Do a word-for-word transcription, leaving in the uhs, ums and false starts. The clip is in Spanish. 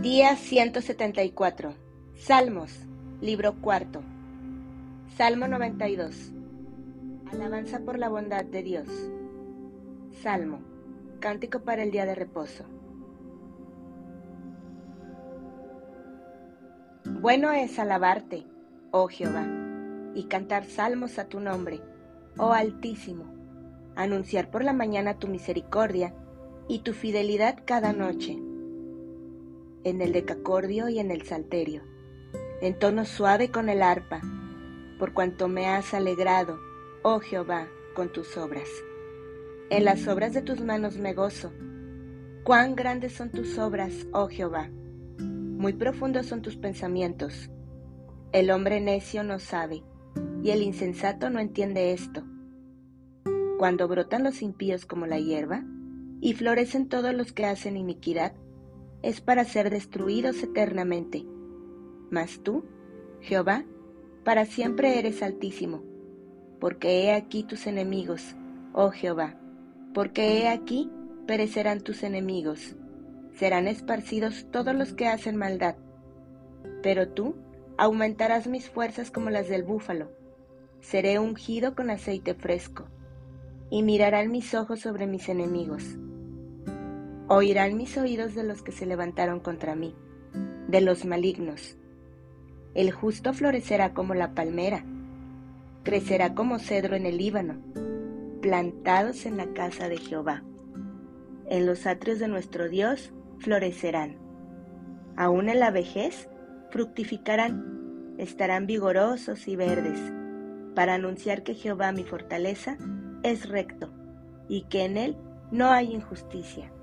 Día ciento setenta y cuatro. Salmos, libro cuarto. Salmo noventa y dos. Alabanza por la bondad de Dios. Salmo, cántico para el día de reposo. Bueno es alabarte, oh Jehová, y cantar salmos a tu nombre, oh Altísimo, anunciar por la mañana tu misericordia y tu fidelidad cada noche, en el decacordio y en el salterio, en tono suave con el arpa, por cuanto me has alegrado, oh Jehová, con tus obras. En las obras de tus manos me gozo. Cuán grandes son tus obras, oh Jehová. Muy profundos son tus pensamientos. El hombre necio no sabe, y el insensato no entiende esto. Cuando brotan los impíos como la hierba, y florecen todos los que hacen iniquidad, es para ser destruidos eternamente. Mas tú, Jehová, para siempre eres altísimo, porque he aquí tus enemigos, oh Jehová, porque he aquí perecerán tus enemigos, serán esparcidos todos los que hacen maldad. Pero tú aumentarás mis fuerzas como las del búfalo, seré ungido con aceite fresco, y mirarán mis ojos sobre mis enemigos. Oirán mis oídos de los que se levantaron contra mí, de los malignos. El justo florecerá como la palmera, crecerá como cedro en el Líbano, plantados en la casa de Jehová. En los atrios de nuestro Dios florecerán. Aún en la vejez fructificarán, estarán vigorosos y verdes, para anunciar que Jehová mi fortaleza es recto, y que en él no hay injusticia.